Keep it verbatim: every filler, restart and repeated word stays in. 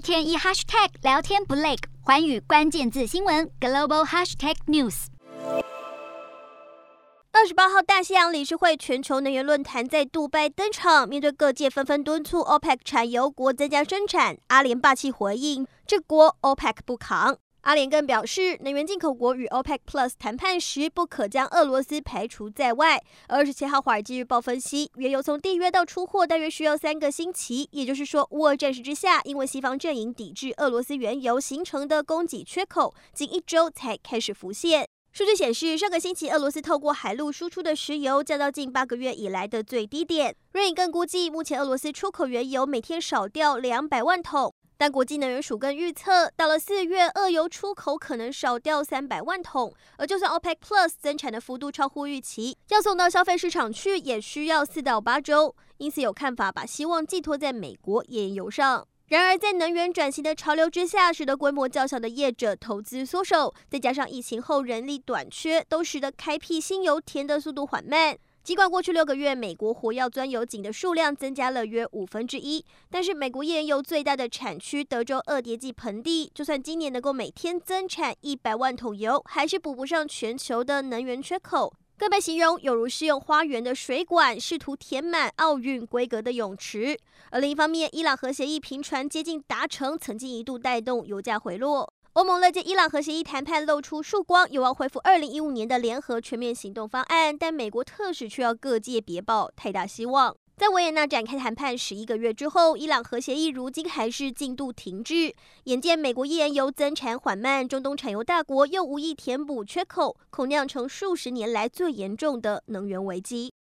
天一 hashtag 聊天不累，寰宇关键字新闻 global hashtag news。 二十八号，大西洋理事会全球能源论坛在杜拜登场。面对各界纷纷敦促 OPEC 产油国增加生产，阿联霸气回应：这锅 OPEC 不扛。阿联更表示，能源进口国与 OPEC Plus 谈判时，不可将俄罗斯排除在外。二十七号，《华尔街日报》分析，原油从缔约到出货大约需要三个星期，也就是说，乌俄战事之下，因为西方阵营抵制俄罗斯原油形成的供给缺口，仅一周才开始浮现。数据显示，上个星期俄罗斯透过海路输出的石油降到近八个月以来的最低点。瑞银更估计，目前俄罗斯出口原油每天少掉两百万桶。但国际能源署更预测，到了四月，俄油出口可能少掉三百万桶。而就算 OPEC Plus 增产的幅度超乎预期，要送到消费市场去，也需要四到八周。因此，有看法把希望寄托在美国页岩油上。然而，在能源转型的潮流之下，使得规模较小的业者投资缩手，再加上疫情后人力短缺，都使得开辟新油田的速度缓慢。尽管过去六个月，美国活药钻油井的数量增加了约五分之一，但是美国页岩油最大的产区德州二叠纪盆地，就算今年能够每天增产一百万桶油，还是补不上全球的能源缺口。更被形容有如是用花园的水管试图填满奥运规格的泳池。而另一方面，伊朗核协议频传接近达成，曾经一度带动油价回落。欧盟乐见伊朗核协议谈判露出曙光，有望恢复二零一五年的联合全面行动方案，但美国特使却要各界别抱太大希望。在维也纳展开谈判十一个月之后，伊朗核协议如今还是进度停滞。眼见美国页岩油增产缓慢，中东产油大国又无意填补缺口，恐酿成数十年来最严重的能源危机。